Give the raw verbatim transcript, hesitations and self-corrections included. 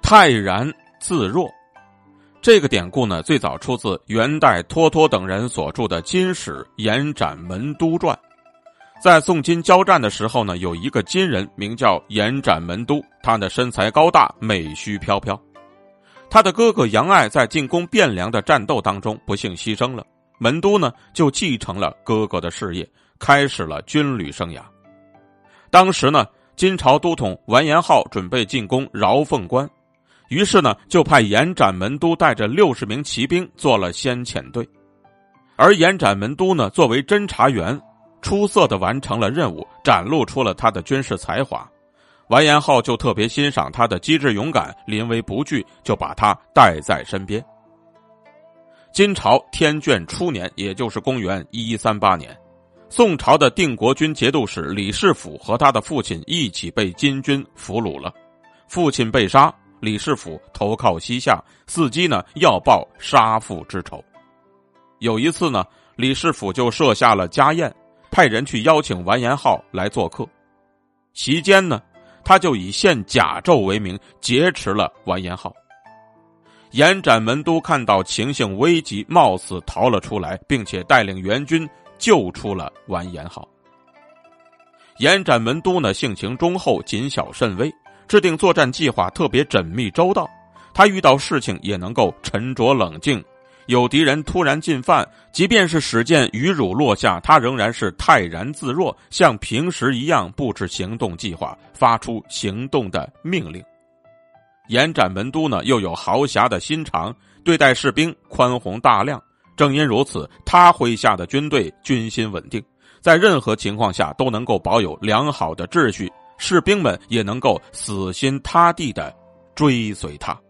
泰然自若。这个典故呢，最早出自元代脱脱等人所著的《金史·延展门都传》。在宋金交战的时候呢，有一个金人名叫延展门都，他的身材高大，美须飘飘。他的哥哥杨爱在进攻汴梁的战斗当中不幸牺牲了，门都呢就继承了哥哥的事业，开始了军旅生涯。当时呢，金朝都统完颜浩准备进攻饶凤关，于是呢就派延展门都带着六十名骑兵做了先遣队。而延展门都呢作为侦察员，出色地完成了任务，展露出了他的军事才华。完颜浩就特别欣赏他的机智勇敢，临危不惧，就把他带在身边。金朝天眷初年，也就是公元一一三八年，宋朝的定国军节度使李世甫和他的父亲一起被金军俘虏了。父亲被杀，李世甫投靠西夏，伺机呢要报杀父之仇。有一次呢，李世甫就设下了家宴，派人去邀请完颜浩来做客。席间呢，他就以献甲胄为名劫持了完颜浩。延展门都看到情形危急，冒死逃了出来，并且带领援军救出了完颜浩。延展门都呢性情忠厚，谨小慎微，制定作战计划特别缜密周到。他遇到事情也能够沉着冷静，有敌人突然进犯，即便是使箭鱼乳落下，他仍然是泰然自若，像平时一样布置行动计划，发出行动的命令。延展门都呢又有豪侠的心肠，对待士兵宽宏大量。正因如此，他麾下的军队军心稳定，在任何情况下都能够保有良好的秩序，士兵们也能够死心塌地地追随他。